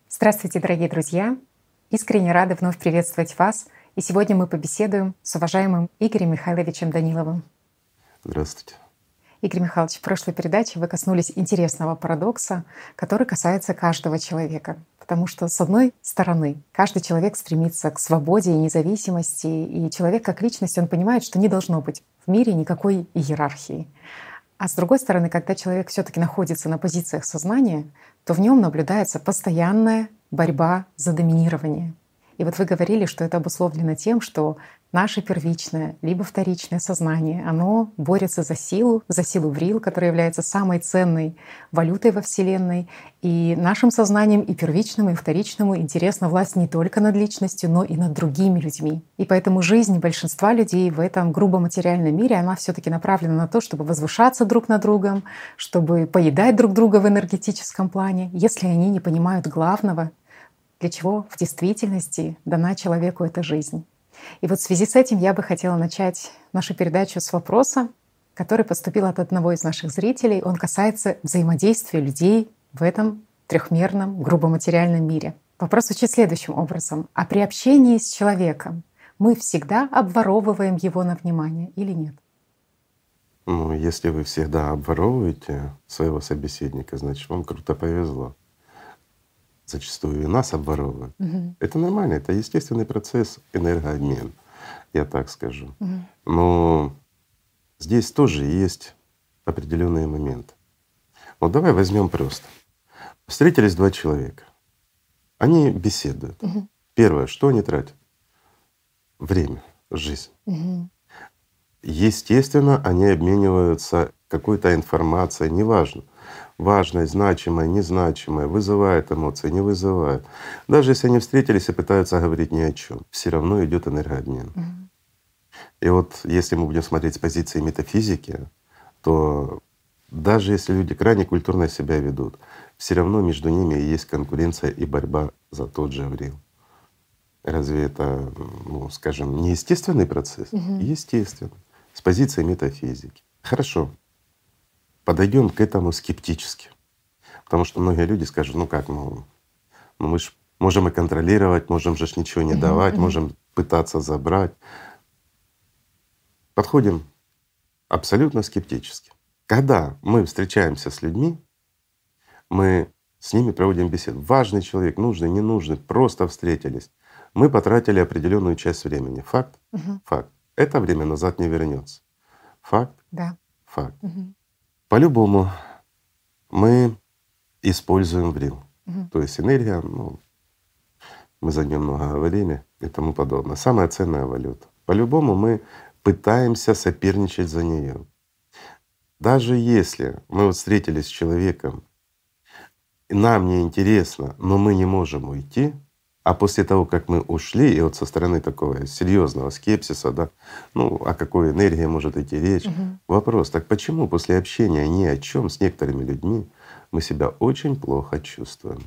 Здравствуйте, дорогие друзья! Искренне рада вновь приветствовать вас. И сегодня мы побеседуем с уважаемым Игорем Михайловичем Даниловым. Здравствуйте. Игорь Михайлович, в прошлой передаче вы коснулись интересного парадокса, который касается каждого человека. Потому что, с одной стороны, каждый человек стремится к свободе и независимости, и человек как личность, он понимает, что не должно быть в мире никакой иерархии. А с другой стороны, когда человек все-таки находится на позициях сознания, то в нем наблюдается постоянная борьба за доминирование. И вот вы говорили, что это обусловлено тем, что наше первичное либо вторичное сознание, оно борется за силу врил, которая является самой ценной валютой во Вселенной. И нашим сознанием, и первичному, и вторичному интересна власть не только над личностью, но и над другими людьми. И поэтому жизнь большинства людей в этом грубо материальном мире, она все таки направлена на то, чтобы возвышаться друг над другом, чтобы поедать друг друга в энергетическом плане, если они не понимают главного, для чего в действительности дана человеку эта жизнь. И вот в связи с этим я бы хотела начать нашу передачу с вопроса, который поступил от одного из наших зрителей. Он касается взаимодействия людей в этом трехмерном, грубо материальном мире. Вопрос звучит следующим образом. А при общении с человеком мы всегда обворовываем его на внимание или нет? Ну, если вы всегда обворовываете своего собеседника, значит, вам круто повезло. Зачастую и нас обворовывают. Это нормально, это естественный процесс энергообмена, я так скажу. Но здесь тоже есть определенные моменты. Вот давай возьмем просто. Встретились два человека, они беседуют. Первое, что они тратят? Время, жизнь. Естественно, они обмениваются какой-то информацией, неважно. Важное, значимое, незначимое, вызывает эмоции, не вызывает. Даже если они встретились и пытаются говорить ни о чем, все равно идет энергообмен. И вот если мы будем смотреть с позиции метафизики, то даже если люди крайне культурно себя ведут, все равно между ними есть конкуренция и борьба за тот же аврил. Разве это, ну, скажем, не естественный процесс? Естественно, с позиции метафизики. Хорошо. Подойдем к этому скептически. Потому что многие люди скажут, ну как, ну мы же можем и контролировать, можем же ничего не давать, можем пытаться забрать. Подходим абсолютно скептически. Когда мы встречаемся с людьми, мы с ними проводим беседу. Важный человек, нужный, ненужный, просто встретились. Мы потратили определенную часть времени. Факт? Факт. Это время назад не вернется. Факт? Да. Факт. По-любому мы используем врил. То есть энергия, ну, мы за нее много говорили и тому подобное. Самая ценная валюта. По-любому мы пытаемся соперничать за нее. Даже если мы вот встретились с человеком, и нам неинтересно, но мы не можем уйти, а после того, как мы ушли, и вот со стороны такого серьезного скепсиса, да, ну о какой энергии может идти речь? Вопрос: так почему после общения ни о чем с некоторыми людьми мы себя очень плохо чувствуем?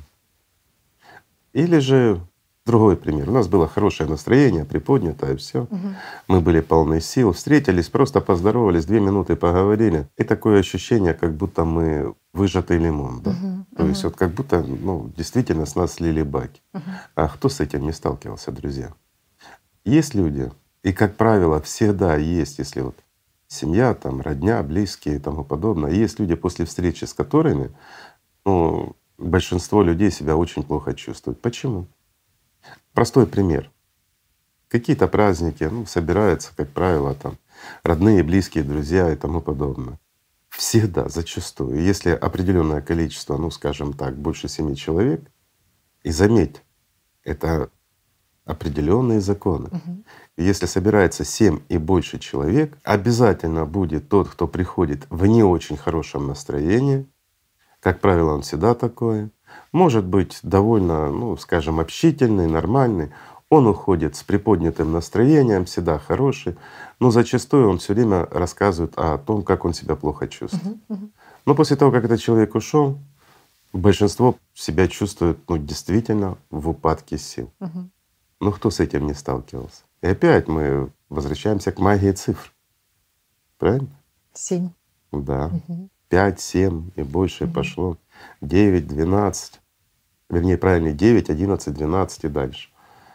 Или же другой пример. У нас было хорошее настроение, приподнятое, все. Мы были полны сил, встретились, просто поздоровались, 2 минуты поговорили. И такое ощущение, как будто мы выжатый лимон, да? То есть вот как будто, ну, действительно с нас слили баки. А кто с этим не сталкивался, друзья? Есть люди, и, как правило, всегда есть, если вот семья, там, родня, близкие и тому подобное, есть люди, после встречи с которыми, ну, большинство людей себя очень плохо чувствуют. Почему? Простой пример. Какие-то праздники, ну, собираются, как правило, там родные, близкие, друзья и тому подобное. Всегда, зачастую, если определенное количество, ну скажем так, больше 7 человек, и заметь, это определенные законы. И если собирается 7 и больше человек, обязательно будет тот, кто приходит в не очень хорошем настроении. Как правило, он всегда такой. Может быть довольно, ну скажем, общительный, нормальный. Он уходит с приподнятым настроением, всегда хороший, но зачастую он все время рассказывает о том, как он себя плохо чувствует. Но после того, как этот человек ушел, большинство себя чувствует, ну, действительно в упадке сил. Ну кто с этим не сталкивался? И опять мы возвращаемся к магии цифр. Правильно? 7. Да. 5, 7 и больше пошло. 9, 12. вернее, правильнее 9, 11, 12 и дальше.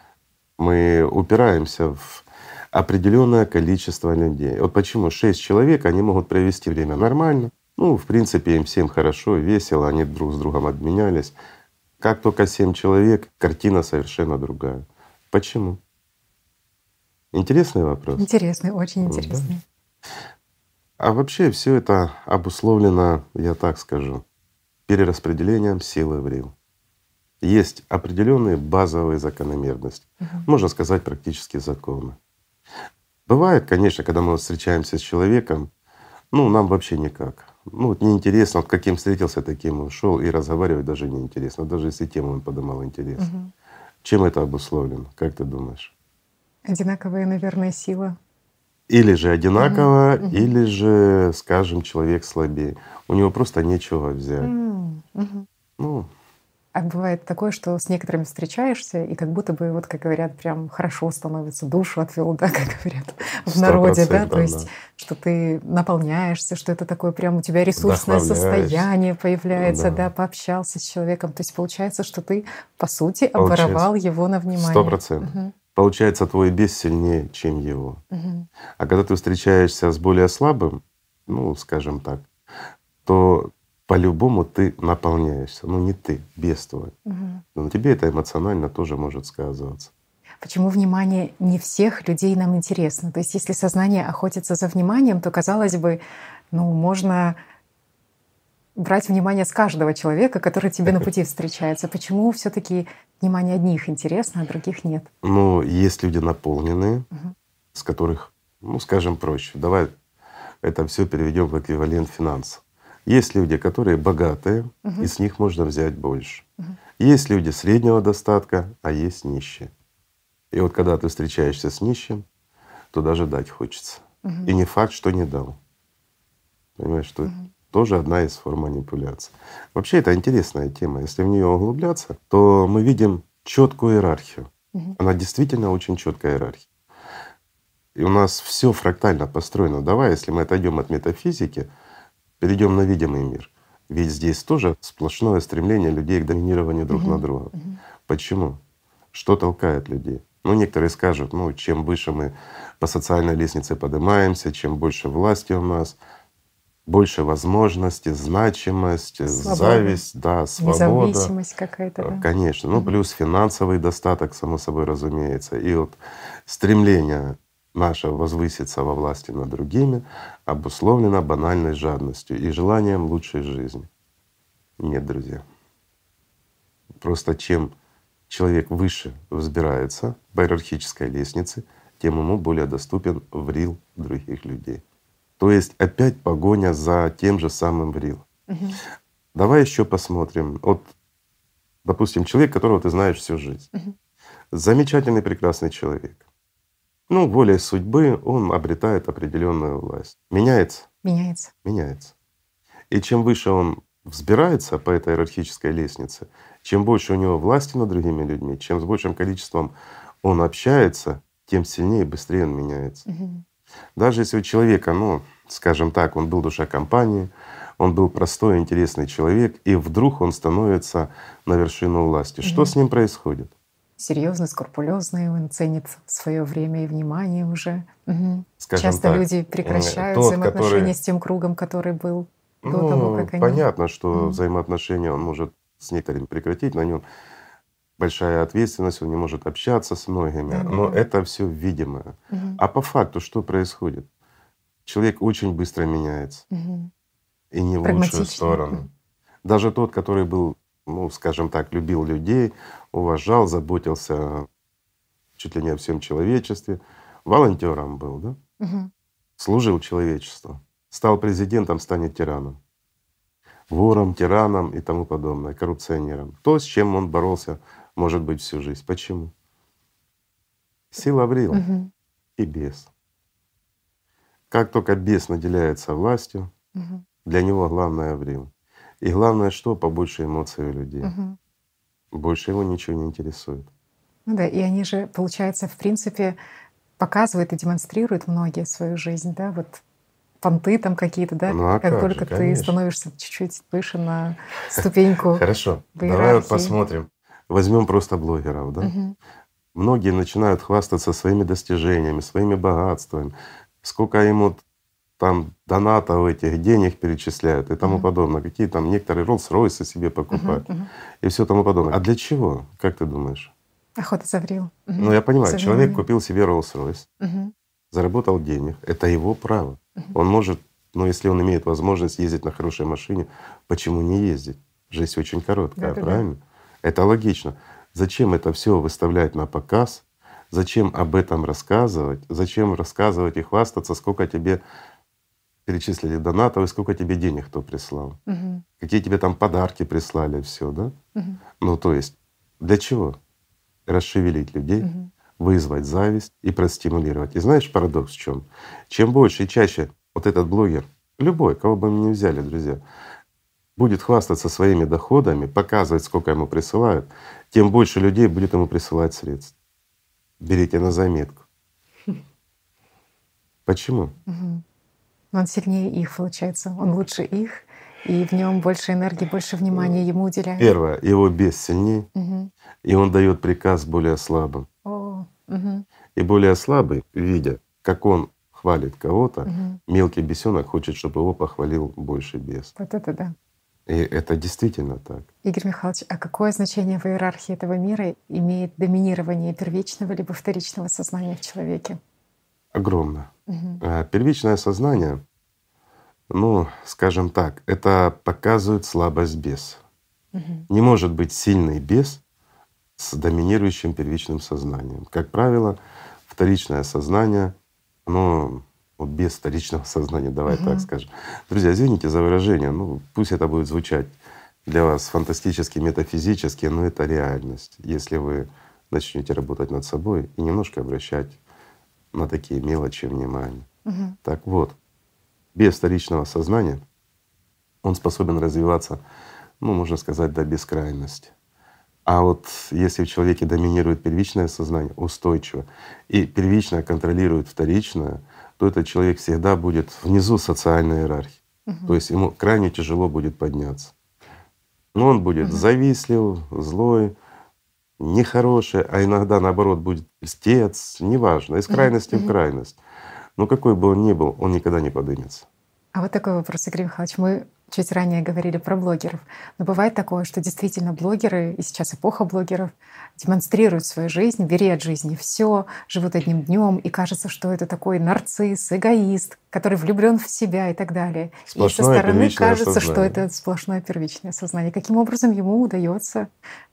Мы упираемся в определенное количество людей. Вот почему 6 человек, они могут провести время нормально. Ну, в принципе, им всем хорошо, весело, они друг с другом обменялись. Как только 7 человек, картина совершенно другая. Почему? Интересный вопрос. Интересный, очень Да. интересный. А вообще все это обусловлено, я так скажу, перераспределением силы в рил. Есть определенные базовые закономерности, можно сказать, практически законы. Бывает, конечно, когда мы встречаемся с человеком, ну, нам вообще никак. Ну, вот неинтересно, вот каким встретился, таким ушел, и разговаривать даже неинтересно, даже если тему он поднимал интересно. Чем это обусловлено, как ты думаешь? Одинаковая, наверное, сила. Или же одинаково, или же, скажем, человек слабее. У него просто нечего взять. Ну, А бывает такое, что с некоторыми встречаешься, и как будто бы, вот как говорят, прям хорошо становится, душу отвел, да, как говорят в народе, да, то 100%, есть, да. что ты наполняешься, что это такое прям у тебя ресурсное Вдохновляешь. состояние появляется, да, Да. пообщался с человеком. То есть получается, что ты, по сути, Получается обворовал его на 100%. внимание. Получается, твой бес сильнее, чем его. А когда ты встречаешься с более слабым, ну, скажем так, то по-любому ты наполняешься. Ну не ты, бес твой. Но на тебе это эмоционально тоже может сказываться. Почему внимание не всех людей нам интересно? То есть если сознание охотится за вниманием, то, казалось бы, ну, можно брать внимание с каждого человека, который тебе на пути встречается. Почему все таки внимание одних интересно, а других нет? Ну, есть люди наполненные, с которых, ну, скажем, проще. Давай это все переведем в эквивалент финансов. Есть люди, которые богатые, и с них можно взять больше. Есть люди среднего достатка, а есть нищие. И вот когда ты встречаешься с нищим, то даже дать хочется. И не факт, что не дал. Понимаешь, что тоже одна из форм манипуляции. Вообще это интересная тема. Если в нее углубляться, то мы видим четкую иерархию. Она действительно очень четкая иерархия. И у нас все фрактально построено. Давай, если мы отойдем от метафизики, перейдем на видимый мир. Ведь здесь тоже сплошное стремление людей к доминированию друг над другом. Почему? Что толкает людей? Ну, некоторые скажут, ну, чем выше мы по социальной лестнице поднимаемся, чем больше власти у нас, больше возможностей, значимость, Свобода, зависть, да, свобода. независимость какая-то, да. Конечно. Ну, плюс финансовый достаток, само собой разумеется. И вот стремление наше возвыситься во власти над другими обусловлено банальной жадностью и желанием лучшей жизни. Нет, друзья. Просто чем человек выше взбирается по иерархической лестнице, тем ему более доступен врил других людей. То есть опять погоня за тем же самым врил. Давай еще посмотрим. Вот, допустим, человек, которого ты знаешь всю жизнь. Замечательный, прекрасный человек. Ну, волей судьбы он обретает определенную власть. Меняется? Меняется. Меняется. И чем выше он взбирается по этой иерархической лестнице, чем больше у него власти над другими людьми, чем с большим количеством он общается, тем сильнее и быстрее он меняется. Даже если у человека, ну, скажем так, он был душа компании, он был простой, интересный человек, и вдруг он становится на вершину власти. Что с ним происходит? Серьезный, скрупулезный, он ценит свое время и внимание уже. Скажем Часто так, люди прекращают тот, взаимоотношения который, с тем кругом, который был до того, ну, как они… понятно, что взаимоотношения он может с некоторыми прекратить, на нем большая ответственность, он не может общаться с многими, но Да-да-да. это все видимое. А по факту что происходит? Человек очень быстро меняется, и не в лучшую Прагматично. сторону. Даже тот, который был, ну, скажем так, любил людей, уважал, заботился чуть ли не о всем человечестве, волонтером был, да? Служил человечеству, стал президентом, станет тираном, вором, тираном и тому подобное, коррупционером. То, с чем он боролся, может быть, всю жизнь. Почему? Сила врила и бес. Как только бес наделяется властью, для него главное врил. И главное что? Побольше эмоций у людей. Больше его ничего не интересует. Ну да, и они же, получается, в принципе, показывают и демонстрируют многие свою жизнь, да, вот понты там какие-то, да? Ну а Как как же, только ты конечно. становишься чуть-чуть выше на ступеньку Хорошо, в давай вот иерархии. посмотрим. Возьмем просто блогеров, да? Мгм. Многие начинают хвастаться своими достижениями, своими богатствами, сколько им вот там донатов этих, денег перечисляют и тому Мгм. подобное, какие там некоторые Роллс-Ройсы себе Мгм. покупают Мгм. и все тому подобное. А для чего? Как ты думаешь? Охота за врил. Ну я понимаю, За человек вниманием. купил себе Роллс-Ройс, Мгм. заработал денег, это его право. Мгм. Он может, ну если он имеет возможность ездить на хорошей машине, почему не ездить? Жизнь очень короткая, Да-да-да. правильно? Это логично. Зачем это все выставлять на показ? Зачем об этом рассказывать? Зачем рассказывать и хвастаться, сколько тебе перечислили донатов и сколько тебе денег кто прислал? Мгм. Какие тебе там подарки прислали, все, да? Мгм. Ну то есть для чего? Расшевелить людей, Мгм. вызвать зависть и простимулировать. И знаешь парадокс в чем? Чем больше и чаще вот этот блогер, любой, кого бы мы ни взяли, друзья, будет хвастаться своими доходами, показывать, сколько ему присылают, тем больше людей будет ему присылать средств. Берите на заметку. Почему? Мгм. Но он сильнее их, получается. Он лучше их, и в нем больше энергии, больше внимания ему уделяют. Первое, его бес сильнее, Мгм. и он дает приказ более слабым. О. Мгм. И более слабый, видя, как он хвалит кого-то, Мгм. мелкий бесенок хочет, чтобы его похвалил больше бес. Вот это да. И это действительно так. Игорь Михайлович, а какое значение в иерархии этого мира имеет доминирование первичного либо вторичного сознания в человеке? Огромно. Мгм. Первичное сознание, ну, скажем так, это показывает слабость беса. Мгм. Не может быть сильный бес с доминирующим первичным сознанием. Как правило, вторичное сознание, оно вот без вторичного сознания, давай так Мгм. скажем. Друзья, извините за выражение, ну пусть это будет звучать для вас фантастически, метафизически, но это реальность. Если вы начнете работать над собой и немножко обращать на такие мелочи внимание. Мгм. Так вот, без вторичного сознания он способен развиваться, ну, можно сказать, до бескрайности. А вот если в человеке доминирует первичное сознание устойчиво, и первичное контролирует вторичное, то этот человек всегда будет внизу социальной иерархии. То Мгм. есть ему крайне тяжело будет подняться. Но он будет Мгм. завистлив, злой, нехороший, а иногда наоборот будет льстец, неважно, из Мгм. крайности в Мгм. крайность. Но какой бы он ни был, он никогда не поднимется. А вот такой вопрос, Игорь Михайлович. Мы чуть ранее говорили про блогеров. Но бывает такое, что действительно блогеры, и сейчас эпоха блогеров, демонстрируют свою жизнь, бери от жизни все, живут одним днем, и кажется, что это такой нарцисс, эгоист, который влюблен в себя и так далее. И со Сплошное стороны первичное кажется, что сознание. это сплошное первичное сознание. Каким образом ему удается,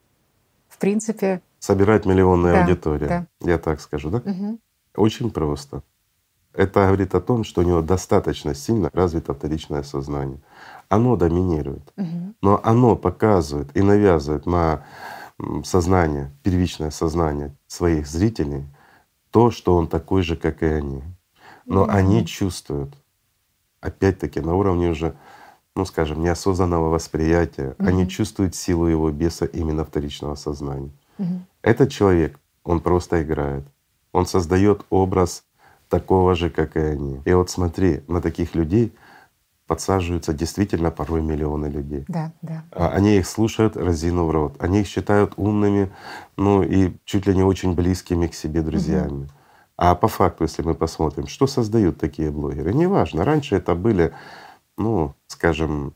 в принципе, Собирать миллионные да, аудитории, да. я так скажу, да? Мгм. Очень просто. Это говорит о том, что у него достаточно сильно развито вторичное сознание. Оно доминирует, Мгм. но оно показывает и навязывает на сознание, первичное сознание своих зрителей то, что он такой же, как и они. Но они Мгм. чувствуют, опять-таки на уровне уже, ну скажем, неосознанного восприятия, они Мгм. чувствуют силу его беса именно вторичного сознания. Мгм. Этот человек, он просто играет, он создает образ такого же, как и они. И вот смотри, на таких людей подсаживаются действительно порой миллионы людей. Да, да. Они их слушают, разинув рот, они их считают умными, ну и чуть ли не очень близкими к себе Мгм. друзьями. А по факту, если мы посмотрим, что создают такие блогеры, неважно, раньше это были, ну, скажем,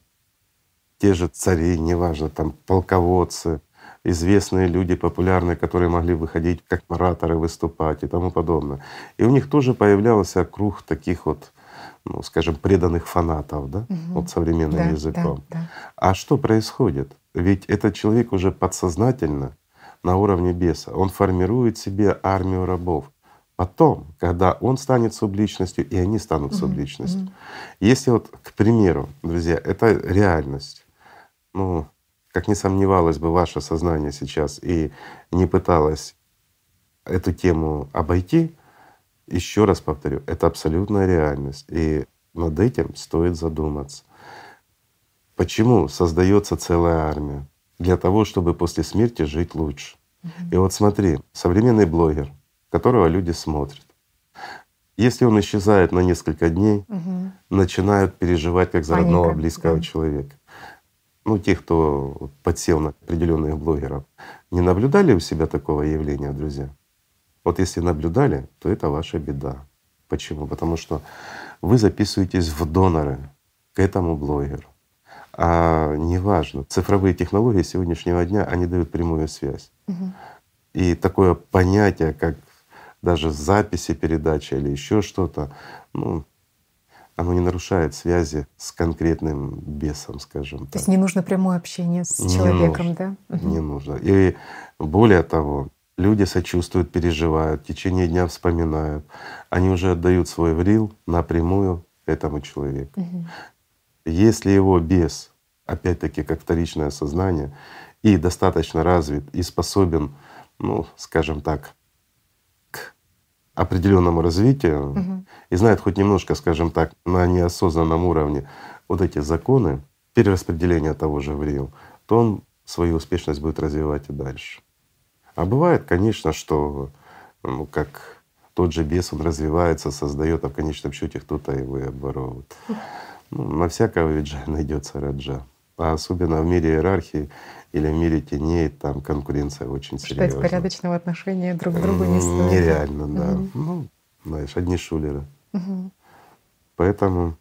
те же цари, неважно, там полководцы, известные люди, популярные, которые могли выходить как ораторы, выступать и тому подобное. И у них тоже появлялся круг таких вот, ну, скажем, преданных фанатов, да, вот Мгм. современным Да, да, языком. да. А что происходит? Ведь этот человек уже подсознательно на уровне беса, он формирует себе армию рабов. Потом, когда он станет субличностью, и они станут Мгм. субличностью. Мгм. Если вот, к примеру, друзья, это реальность, ну, как не сомневалось бы ваше сознание сейчас и не пыталось эту тему обойти, еще раз повторю, это абсолютная реальность. И над этим стоит задуматься. Почему создается целая армия? Для того, чтобы после смерти жить лучше. И Мгм. вот смотри, современный блогер, которого люди смотрят, Если он исчезает на несколько дней, Мгм. начинают переживать как за родного Паника, близкого да. человека. Ну, те, кто вот подсел на определенных блогеров, не наблюдали у себя такого явления, друзья? Вот если наблюдали, то это ваша беда. Почему? Потому что вы записываетесь в доноры к этому блогеру. А неважно, цифровые технологии сегодняшнего дня, они дают прямую связь. Мгм. И такое понятие, как даже записи передачи или еще что-то, ну, оно не нарушает связи с конкретным бесом, скажем То есть так. не нужно прямое общение с Не человеком, нужно, да? не Мгм. нужно. И более того, люди сочувствуют, переживают, в течение дня вспоминают. Они уже отдают свой врил напрямую этому человеку. Мгм. Если его бес, опять-таки как вторичное сознание, и достаточно развит, и способен, ну, скажем так, к определенному развитию, Мгм. и знает хоть немножко, скажем так, на неосознанном уровне вот эти законы перераспределения того же ВРИЛ, то он свою успешность будет развивать и дальше. А бывает, конечно, что ну, как тот же бес, он развивается, создает, а в конечном счете кто-то его и обворовывает. Ну, на всякого ведь же найдется раджа. А особенно в мире иерархии или в мире теней, там конкуренция очень Ждать серьезная. порядочного отношения друг к другу не стоит. Нереально, да. Мгм. Ну, знаешь, одни шулеры. Мгм. Поэтому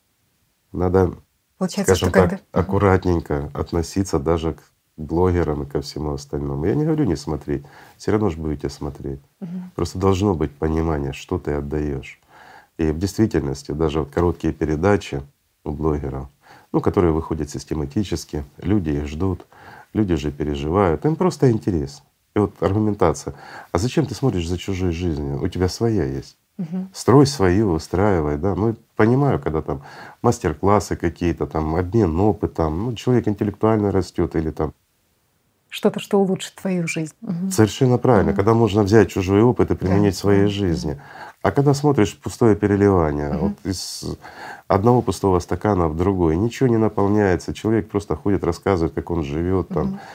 надо, Получается, что скажем так, когда… Мгм. аккуратненько относиться даже к блогерам и ко всему остальному. Я не говорю не смотреть, все равно же будете смотреть. Мгм. Просто должно быть понимание, что ты отдаешь. И в действительности даже вот короткие передачи у блогеров, ну, которые выходят систематически, люди их ждут, люди же переживают, им просто интересно. И вот аргументация: а зачем ты смотришь за чужой жизнью? У тебя своя есть. Мгм. Строй свою, устраивай, да. Ну, понимаю, когда там мастер-классы какие-то, там обмен опытом, ну, человек интеллектуально растет или там… Что-то, что улучшит твою жизнь. Мгм. Совершенно правильно, Мгм. когда можно взять чужой опыт и Да, применить в своей да. жизни. Мгм. А когда смотришь пустое переливание, вот Мгм. из одного пустого стакана в другой, ничего не наполняется, человек просто ходит, рассказывает, как он живет там, Мгм.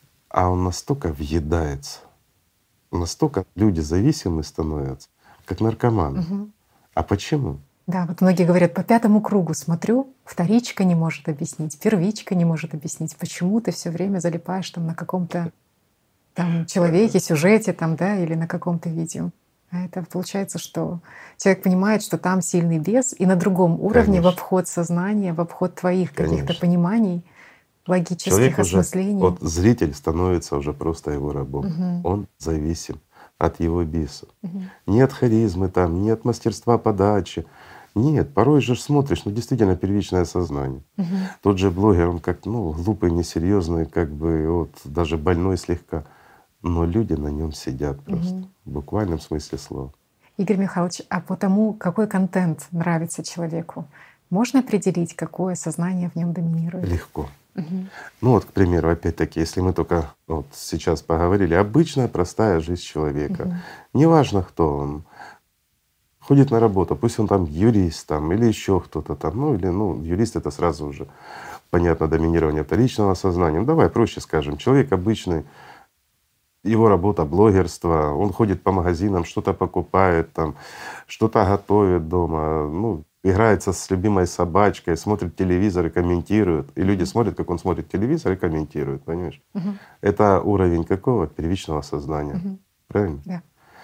а он настолько въедается, настолько люди зависимы становятся, как наркоманы. Мгм. А почему? Да, вот многие говорят, по пятому кругу смотрю, вторичка не может объяснить, первичка не может объяснить, почему ты все время залипаешь там на каком-то там человеке, сюжете там, да, или на каком-то видео. А это получается, что человек понимает, что там сильный бес, и на другом уровне, в Конечно, обход сознания, в обход твоих каких-то конечно. пониманий, логических Человек уже, осмыслений. вот зритель становится уже просто его рабом. Мгм. Он зависим от его биса. Мгм. Не от харизмы там, не от мастерства подачи. Нет, порой же смотришь, ну действительно первичное сознание. Мгм. Тот же блогер, он как ну глупый, несерьезный, как бы вот даже больной слегка, но люди на нем сидят просто Мгм. в буквальном смысле слова. Игорь Михайлович, а по тому, какой контент нравится человеку, можно определить, какое сознание в нем доминирует? Легко. Мгм. Ну вот, к примеру, опять-таки, если мы только вот сейчас поговорили, обычная простая жизнь человека, Мгм. неважно кто он, ходит на работу, пусть он там юрист там или еще кто-то там, ну или ну юрист это сразу уже понятно доминирование вторичного сознания. Ну давай проще скажем, человек обычный, его работа блогерство, он ходит по магазинам, что-то покупает там, что-то готовит дома, ну играется с любимой собачкой, смотрит телевизор и комментирует. И люди Мгм. смотрят, как он смотрит телевизор и комментирует, понимаешь? Мгм. Это уровень какого? Первичного сознания. Мгм. Правильно? Да.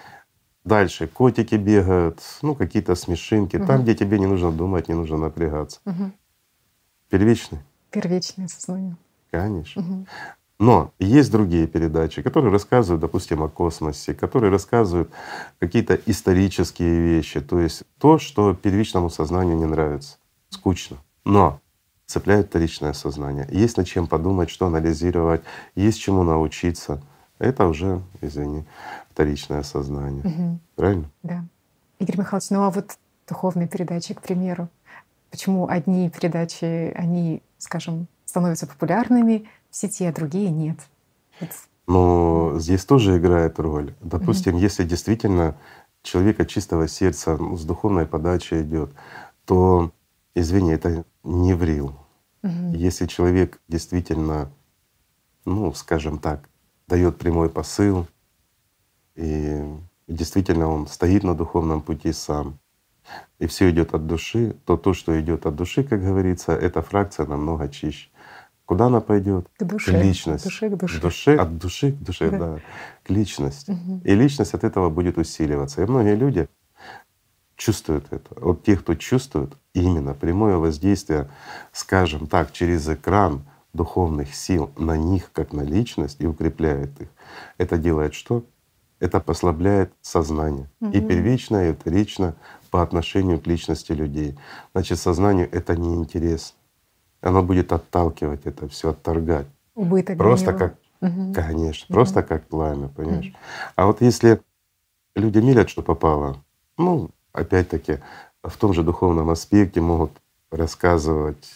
Дальше котики бегают, ну какие-то смешинки, там, Мгм. где тебе не нужно думать, не нужно напрягаться. Мгм. Первичный? Первичное сознание. Конечно. Мгм. Но есть другие передачи, которые рассказывают, допустим, о космосе, которые рассказывают какие-то исторические вещи, то есть то, что первичному сознанию не нравится, скучно. Но цепляет вторичное сознание. Есть над чем подумать, что анализировать, есть чему научиться. Это уже, извини, вторичное сознание. Мгм. Правильно? Да. Игорь Михайлович, ну а вот духовные передачи, к примеру, почему одни передачи, они, скажем, становятся популярными в сети, а другие нет? Вот. Но здесь тоже играет роль. Мгм. Допустим, если действительно человек от чистого сердца, ну, с духовной подачей идет, то, извини, это не врил. Мгм. Если человек действительно, ну, скажем так, дает прямой посыл, и действительно он стоит на духовном пути сам, и все идет от души, то, что идет от души, как говорится, эта фракция намного чище. Куда она пойдет? К К душе, к личности. душе, к К душе. душе, от души к душе, Да. да, к личности. Мгм. И личность от этого будет усиливаться. И многие люди чувствуют это. Вот те, кто чувствует именно прямое воздействие, скажем так, через экран духовных сил на них, как на личность, и укрепляет их. Это делает что? Это послабляет сознание. И Мгм. первично, и вторично по отношению к личности людей. Значит, сознанию это неинтересно. Оно будет отталкивать это все, отторгать. Убыток для Просто него. как, Мгм. конечно, Мгм. просто как пламя, понимаешь? А вот если люди мирят, что попало, ну, опять-таки, в том же духовном аспекте могут рассказывать,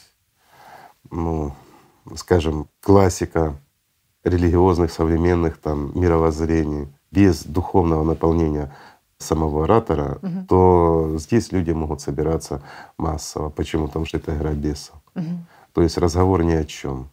ну, скажем, классика религиозных, современных там мировоззрений без духовного наполнения самого оратора, Мгм. то здесь люди могут собираться массово. Почему? Потому что это игра бесов. Мгм. То есть разговор ни о чем.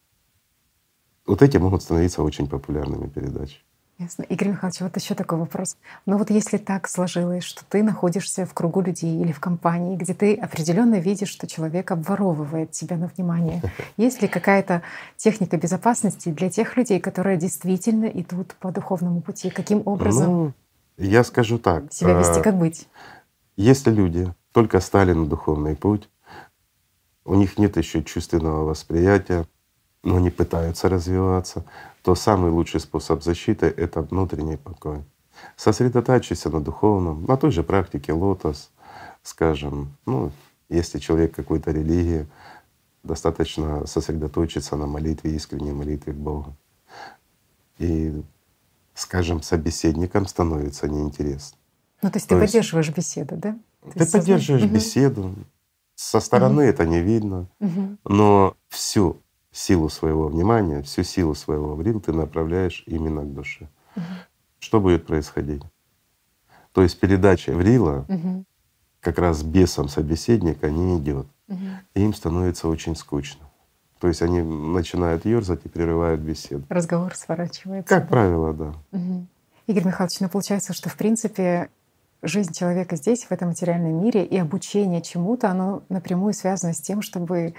Вот эти могут становиться очень популярными передачи. Ясно. Игорь Михайлович, вот еще такой вопрос. Ну вот если так сложилось, что ты находишься в кругу людей или в компании, где ты определенно видишь, что человек обворовывает тебя на внимание, есть ли какая-то техника безопасности для тех людей, которые действительно идут по духовному пути? Каким образом Ну, я скажу так, себя вести, как быть? если люди только стали на духовный путь, у них нет еще чувственного восприятия, но они пытаются развиваться, то самый лучший способ защиты — это внутренний покой. Сосредотачивайся на духовном, на той же практике лотос, скажем. Ну, если человек какой-то религии, достаточно сосредоточиться на молитве, искренней молитве к Богу. И, скажем, собеседникам становится неинтересно. Ну то есть ты То есть поддерживаешь беседу, да? То ты есть сознание. поддерживаешь Мгм. беседу, со Мгм. стороны это не видно, Мгм. но всю силу своего внимания, всю силу своего врил ты направляешь именно к душе. Мгм. Что будет происходить? То есть передача врила Мгм. как раз бесам собеседника не идет, Мгм. и им становится очень скучно. То есть они начинают ерзать и прерывают беседу. Разговор сворачивается, Как да? правило, да. Мгм. Игорь Михайлович, ну получается, что в принципе жизнь человека здесь, в этом материальном мире, и обучение чему-то, оно напрямую связано с тем, чтобы,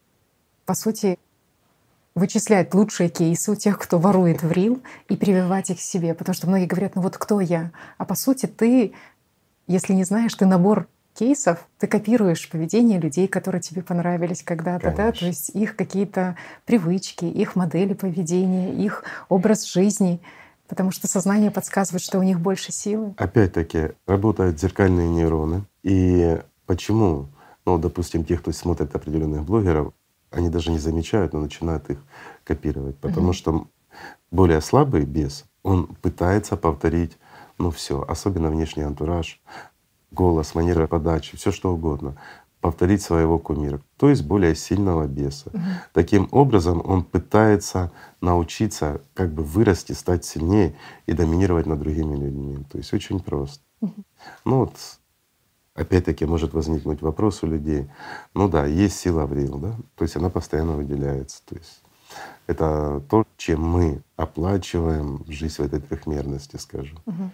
по сути, вычислять лучшие кейсы у тех, кто ворует в рил, и прививать их к себе. Потому что многие говорят, ну вот кто я? А по сути ты, если не знаешь, ты набор кейсов, ты копируешь поведение людей, которые тебе понравились когда-то, да, то Конечно. есть их какие-то привычки, их модели поведения, их образ жизни, потому что сознание подсказывает, что у них больше силы. Опять-таки работают зеркальные нейроны. И почему? Ну, допустим, те, кто смотрит определенных блогеров, они даже не замечают, но начинают их копировать. Потому Мгм. что более слабый бес, он пытается повторить, ну все, особенно внешний антураж, голос, манера подачи, все что угодно, повторить своего кумира, то есть более сильного беса. Мгм. Таким образом он пытается научиться как бы вырасти, стать сильнее и доминировать над другими людьми. То есть очень просто. Мгм. Ну вот опять-таки может возникнуть вопрос у людей. Ну да, есть сила врил, да, то есть она постоянно выделяется. То есть это то, чем мы оплачиваем жизнь в этой трехмерности, скажем. Мгм.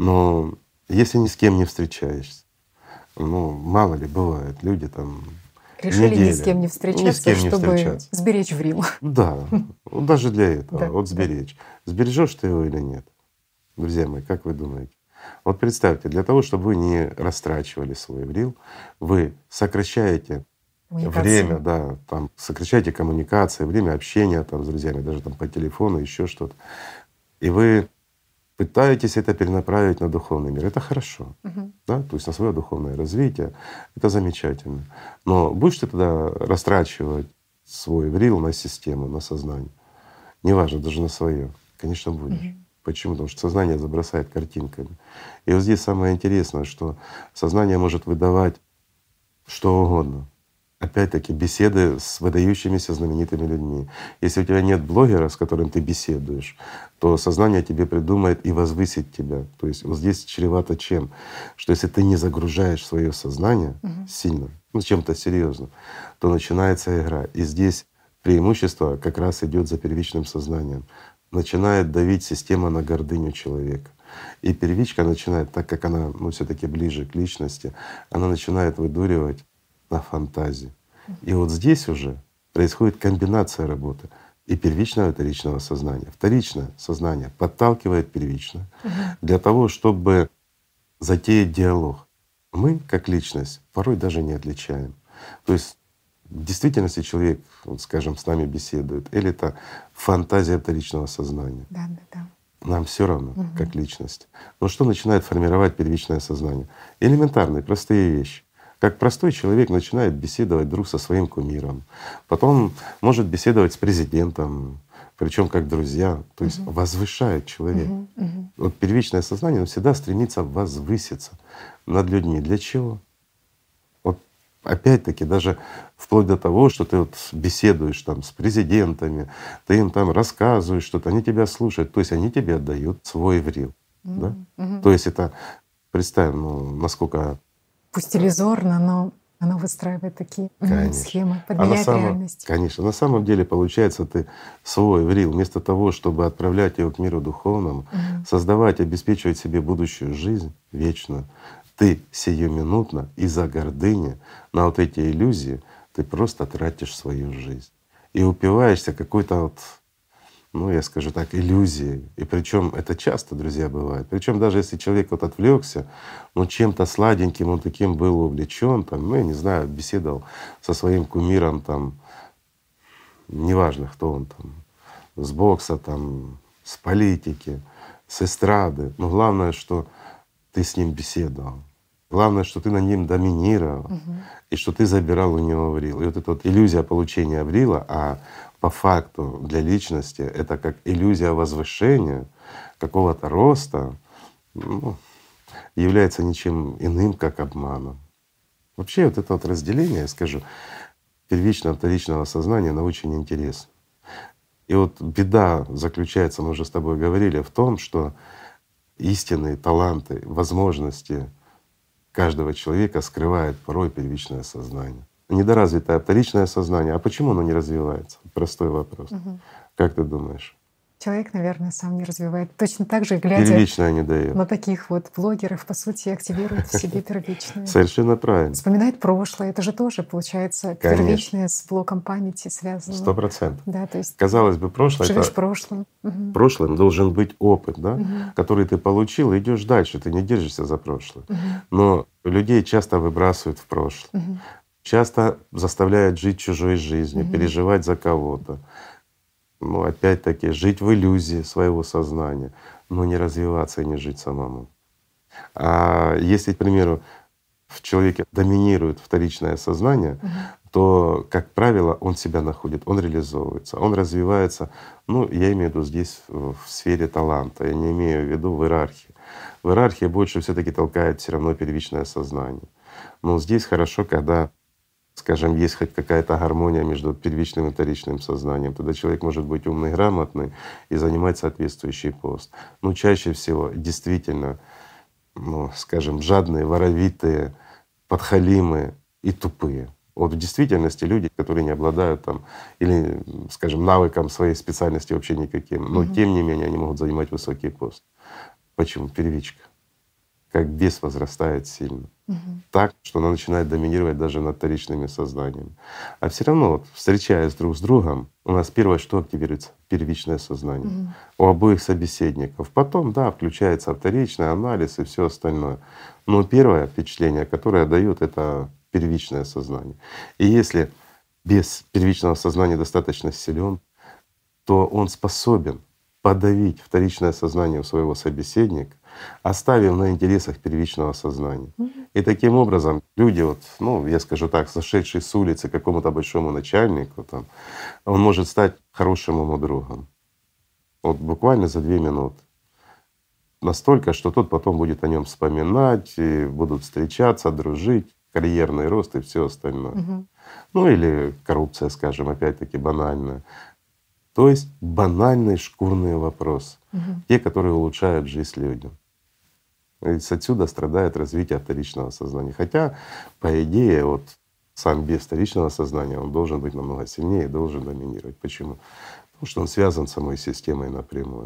Но если ни с кем не встречаешься, ну мало ли бывает, люди там Решили ни с кем неделя не ни с встречаться, кем не чтобы встречаться. сберечь врил. Да, вот даже для этого, Да, вот да. сберечь. Сбережешь ты его или нет? Друзья мои, как вы думаете? Вот представьте, для того, чтобы вы не растрачивали свой врил, вы сокращаете время, Коммуникации. да, там сокращаете коммуникации, время общения там с друзьями, даже там по телефону, еще что-то. И вы пытаетесь это перенаправить на духовный мир. Это хорошо, Мгм. да, то есть на свое духовное развитие. Это замечательно. Но будешь ты тогда растрачивать свой врил на систему, на сознание, неважно, даже на свое, конечно, будешь. Мгм. Почему? Потому что сознание забросает картинками. И вот здесь самое интересное, что сознание может выдавать что угодно. Опять-таки беседы с выдающимися знаменитыми людьми. Если у тебя нет блогера, с которым ты беседуешь, то сознание тебе придумает и возвысит тебя. То есть вот здесь чревато чем? Что если ты не загружаешь свое сознание Мгм. сильно, ну чем-то серьезным, то начинается игра. И здесь преимущество как раз идет за первичным сознанием. Начинает давить система на гордыню человека. И первичка начинает, так как она все-таки ближе к личности, она начинает выдуривать на фантазии. И вот здесь уже происходит комбинация работы и первичного, и вторичного сознания. Вторичное сознание подталкивает первичное для того, чтобы затеять диалог. Мы, как личность, порой даже не отличаем. То есть в действительности человек, вот, скажем, с нами беседует, или это фантазия вторичного сознания. Да, да, да. Нам все равно, как личность. Но что начинает формировать первичное сознание? Элементарные, простые вещи. Как простой человек начинает беседовать вдруг со своим кумиром, потом может беседовать с президентом, причем как друзья, то есть возвышает человек. Вот первичное сознание всегда стремится возвыситься над людьми. Для чего? Вот опять-таки даже вплоть до того, что ты вот беседуешь там с президентами, ты им там рассказываешь что-то, они тебя слушают, то есть они тебе отдают свой врил. Да? То есть это, представим, насколько… Пусть иллюзорно, но оно выстраивает такие схемы, подменяет реальность. Конечно, на самом деле получается, ты свой врил, вместо того, чтобы отправлять его к миру духовному, создавать, обеспечивать себе будущую жизнь вечную, ты сиюминутно из-за гордыни на вот эти иллюзии ты просто тратишь свою жизнь и упиваешься какой-то вот, я скажу так, иллюзией. И причем это часто, друзья, бывает. Причем даже если человек вот отвлекся, чем-то сладеньким он таким был увлечен, там, я не знаю, беседовал со своим кумиром, там, неважно, кто он там, с бокса, там, с политики, с эстрады. Но главное, что ты с ним беседовал. Главное, что ты на ним доминировал, и что ты забирал у него врил. И вот эта вот иллюзия получения врила, а по факту для личности это как иллюзия возвышения, какого-то роста, является ничем иным, как обманом. Вообще вот это вот разделение, я скажу, первичного, вторичного сознания, оно очень интересно. И вот беда заключается, мы уже с тобой говорили, в том, что истинные таланты, возможности каждого человека скрывает порой первичное сознание. Недоразвитое вторичное сознание. А почему оно не развивается? Простой вопрос. Как ты думаешь? Человек, наверное, сам не развивает. Точно так же, глядя Первичное не дает. на таких вот блогеров, по сути, активирует в себе первичное. Совершенно правильно. Вспоминает прошлое. Это же тоже, получается, первичное с блоком памяти связано. 100%. Да, то есть казалось бы, прошлое — живешь это прошлым. прошлым должен быть опыт, да, который ты получил, и идешь дальше, ты не держишься за прошлое. Но людей часто выбрасывают в прошлое, часто заставляют жить чужой жизнью, переживать за кого-то. Опять-таки жить в иллюзии своего сознания, но не развиваться и не жить самому. А если, к примеру, в человеке доминирует вторичное сознание, то, как правило, он себя находит, он реализовывается, он развивается. Я имею в виду здесь в сфере таланта, я не имею в виду в иерархии. В иерархии больше все-таки толкает все равно первичное сознание. Но здесь хорошо, когда, скажем, есть хоть какая-то гармония между первичным и вторичным сознанием, тогда человек может быть умный, грамотный и занимать соответствующий пост. Но чаще всего действительно, скажем, жадные, воровитые, подхалимы и тупые. Вот в действительности люди, которые не обладают там или, скажем, навыком своей специальности вообще никаким, но тем не менее они могут занимать высокий пост. Почему? Первичка. Как бес возрастает сильно. Так, что она начинает доминировать даже над вторичными сознаниями. А все равно, вот, встречаясь друг с другом, у нас первое, что активируется? Первичное сознание. У обоих собеседников. Потом, да, включается вторичный анализ и все остальное. Но первое впечатление, которое дают, это первичное сознание. И если без первичного сознания достаточно силен, то он способен подавить вторичное сознание у своего собеседника, оставив на интересах первичного сознания. И таким образом люди, я скажу так, зашедший с улицы к какому-то большому начальнику, он может стать хорошим ему другом. Вот буквально за 2 минуты. Настолько, что тот потом будет о нем вспоминать, и будут встречаться, дружить, карьерный рост и все остальное. Или коррупция, скажем, опять-таки банальная. То есть банальные шкурные вопросы, те, которые улучшают жизнь людям. И отсюда страдает развитие вторичного сознания. Хотя, по идее, сам без вторичного сознания он должен быть намного сильнее и должен доминировать. Почему? Потому что он связан с самой системой напрямую.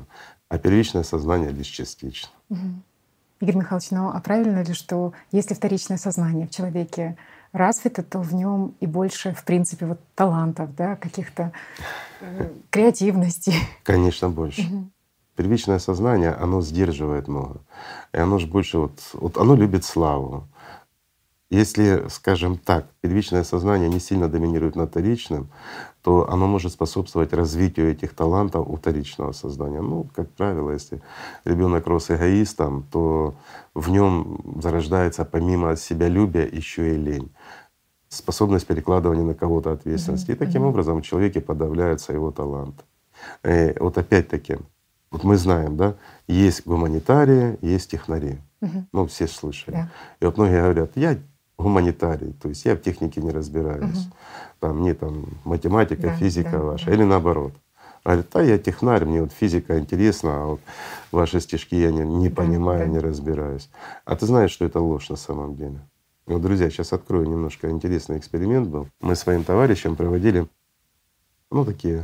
а первичное сознание лишь частично. Игорь Михайлович, ну а правильно ли, что если вторичное сознание в человеке развито, то в нем и больше, в принципе, вот талантов, да, каких-то креативности? Конечно, больше. Первичное сознание, оно сдерживает много. И оно же больше вот оно любит славу. Если, скажем так, первичное сознание не сильно доминирует над вторичным, то оно может способствовать развитию этих талантов у вторичного сознания. Ну, как правило, если ребенок рос эгоистом, то в нем зарождается помимо себялюбия еще и лень, способность перекладывания на кого-то ответственности. И таким образом в человеке подавляются его таланты. Вот опять-таки, вот мы знаем, да, есть гуманитарии, есть технари. Ну, все ж слышали. Да. И вот многие говорят: я гуманитарий, то есть я в технике не разбираюсь, там, мне там математика, Да, физика да, ваша, да. или наоборот. Говорит: да, я технарь, мне вот физика интересна, а вот ваши стишки я не Да, понимаю, да. не разбираюсь. А ты знаешь, что это ложь на самом деле? И вот, друзья, сейчас открою немножко интересный эксперимент был. Мы своим товарищам проводили, ну, такие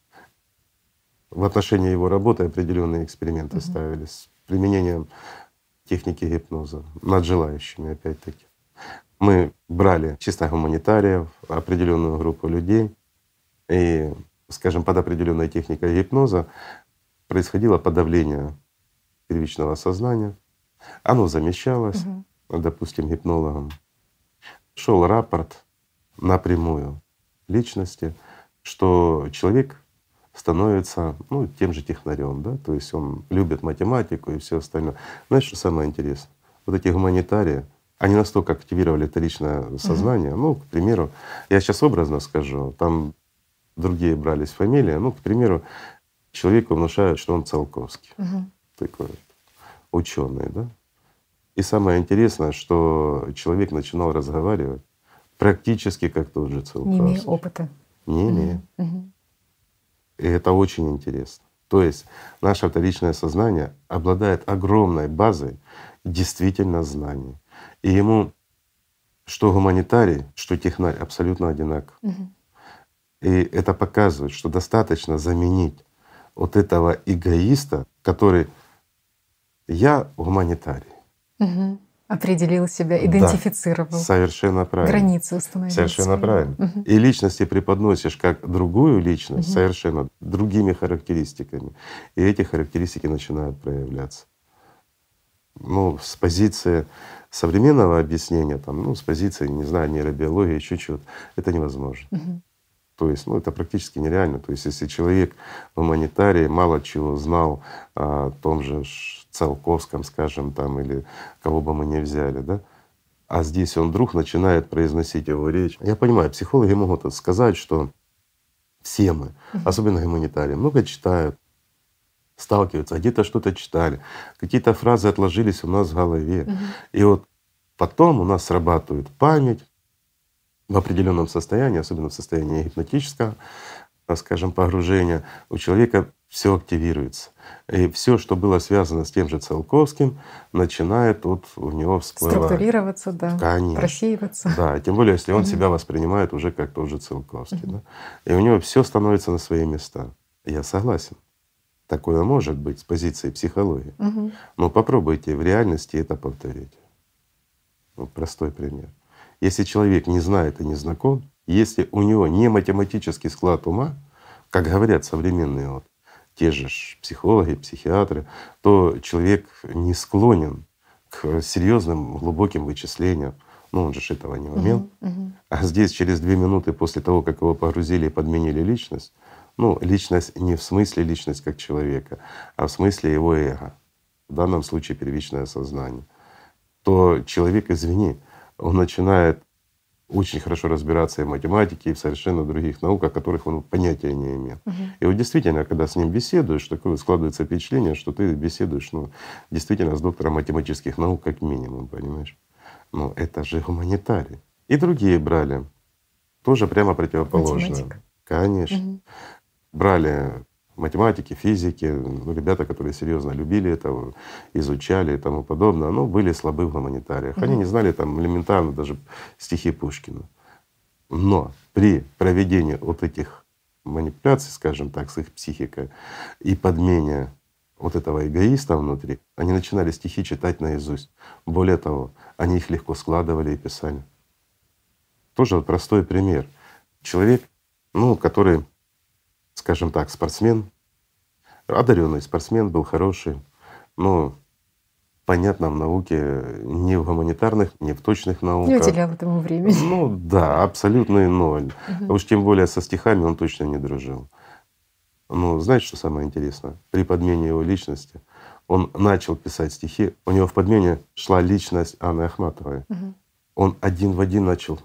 в отношении его работы определенные эксперименты ставили с применением техники гипноза над желающими, опять-таки. Мы брали чисто гуманитариев, определенную группу людей, и, скажем, под определенной техникой гипноза происходило подавление первичного сознания. Оно замещалось, допустим, гипнологом. Шел рапорт напрямую личности, что человек становится, ну, тем же технарем, да, то есть он любит математику и все остальное. Знаешь, что самое интересное? Вот эти гуманитарии, они настолько активировали вторичное сознание. Ну, к примеру, я сейчас образно скажу, там другие брались фамилии. Ну, к примеру, человеку внушают, что он Циолковский, такой ученый, да. И самое интересное, что человек начинал разговаривать практически как тот же Циолковский. Не имея опыта. Не имея. И это очень интересно. То есть наше вторичное сознание обладает огромной базой действительно знаний. И ему что гуманитарий, что технарь абсолютно одинаков. И это показывает, что достаточно заменить вот этого эгоиста, который я гуманитарий. Определил себя, Да, идентифицировал, совершенно правильно. границы установил. Совершенно свои. правильно. И личности преподносишь как другую личность, совершенно другими характеристиками. И эти характеристики начинают проявляться. Ну, с позиции современного объяснения, там, ну, с позиции, не знаю, нейробиологии, еще чего-то, это невозможно. То есть, ну, это практически нереально. То есть, если человек гуманитарий мало чего знал о том же Циолковском, скажем, там, или кого бы мы ни взяли, да, а здесь он вдруг начинает произносить его речь. Я понимаю, психологи могут сказать, что все мы, особенно гуманитарии, много читают, сталкиваются, а где-то что-то читали, какие-то фразы отложились у нас в голове. И вот потом у нас срабатывает память в определенном состоянии, особенно в состоянии гипнотического, скажем, погружения, у человека все активируется. И все, что было связано с тем же Циолковским, начинает вот у него всплывать. Структурироваться, да, Конечно. просеиваться. Да, тем более, если он себя воспринимает уже как тот же Циолковский. Да? И у него все становится на свои места. Я согласен. Такое может быть с позиции психологии. Но попробуйте в реальности это повторить. Вот простой пример. Если человек не знает и не знаком, если у него не математический склад ума, как говорят современные вот, те же психологи, психиатры, то человек не склонен к серьезным глубоким вычислениям. Ну, он же этого не умел. А здесь через 2 минуты после того, как его погрузили и подменили личность, ну, личность не в смысле личность как человека, а в смысле его эго, в данном случае первичное сознание, то человек, извини, он начинает очень хорошо разбираться и в математике, и в совершенно других науках, о которых он понятия не имел. И вот действительно, когда с ним беседуешь, такое складывается впечатление, что ты беседуешь, ну, действительно с доктором математических наук как минимум, понимаешь? Но это же гуманитарий. И другие брали тоже прямо противоположное. Математика. Конечно. Брали математики, физики, ну, ребята, которые серьезно любили это, изучали и тому подобное, но были слабы в гуманитариях. Они не знали там элементарно даже стихи Пушкина. Но при проведении вот этих манипуляций, скажем так, с их психикой и подмене вот этого эгоиста внутри, они начинали стихи читать наизусть. Более того, они их легко складывали и писали. Тоже вот простой пример. Человек, ну, который, скажем так, спортсмен, одаренный спортсмен, был хороший, но понятно, в науке, ни в гуманитарных, ни в точных Не науках. уделял этому времени. Ну да, абсолютный ноль. А уж тем более со стихами он точно не дружил. Но знаете, что самое интересное? При подмене его личности он начал писать стихи, у него в подмене шла личность Анны Ахматовой. Он один в один начал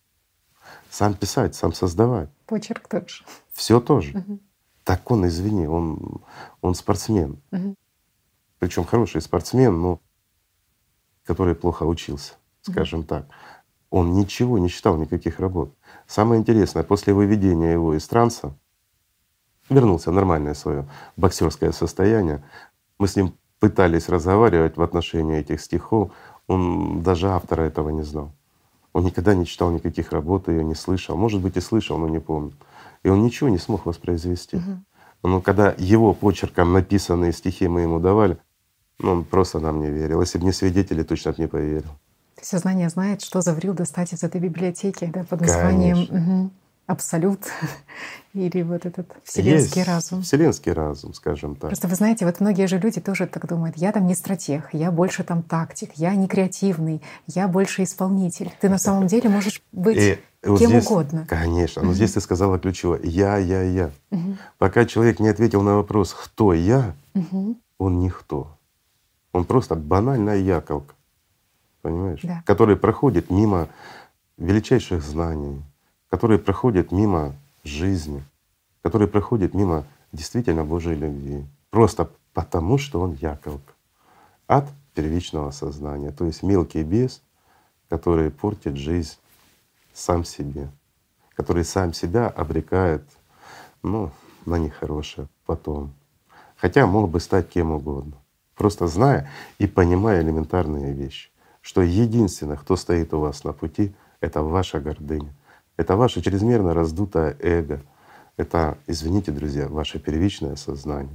сам писать, сам создавать. Почерк тот же. Все тоже. Так он, извини, он спортсмен. Причем хороший спортсмен, но который плохо учился, скажем так. Он ничего не читал, никаких работ. Самое интересное, после выведения его из транса вернулся в нормальное свое боксерское состояние. Мы с ним пытались разговаривать в отношении этих стихов. Он даже автора этого не знал. Он никогда не читал никаких работ, ее не слышал. Может быть, и слышал, но не помнит. И он ничего не смог воспроизвести. Но когда его почерком написанные стихи мы ему давали, ну, он просто нам не верил. Если бы не свидетели, точно бы не поверил. То есть сознание знает, что за врил достать из этой библиотеки, да, под названием Абсолют или вот этот вселенский разум. Вселенский разум, скажем так. Просто вы знаете, вот многие же люди тоже так думают: я там не стратег, я больше там тактик, я не креативный, я больше исполнитель. Ты на самом деле можешь быть вот кем здесь, угодно. Конечно, но здесь ты сказала ключевое: я. Пока человек не ответил на вопрос «кто я?», он никто. Он просто банальная яковка, понимаешь? Да. Который проходит мимо величайших знаний, который проходит мимо жизни, который проходит мимо действительно Божьей любви. Просто потому, что он яковка от первичного сознания, то есть мелкий бес, который портит жизнь сам себе, который сам себя обрекает, ну, на нехорошее потом. Хотя мог бы стать кем угодно, просто зная и понимая элементарные вещи, что единственное, кто стоит у вас на пути, это ваша гордыня, это ваше чрезмерно раздутое эго, это, извините, друзья, ваше первичное сознание.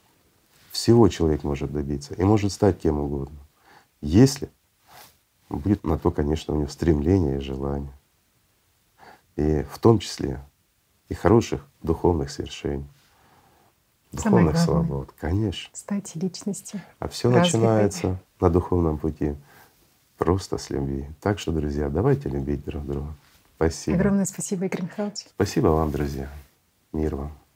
Всего человек может добиться и может стать кем угодно, если будет на то, конечно, у него стремление и желание, и в том числе и хороших духовных свершений, духовных свобод, конечно. Стать личностью. А все начинается на духовном пути просто с любви. Так что, друзья, давайте любить друг друга. Спасибо. Огромное спасибо, Игорь Михайлович. Спасибо вам, друзья. Мир вам.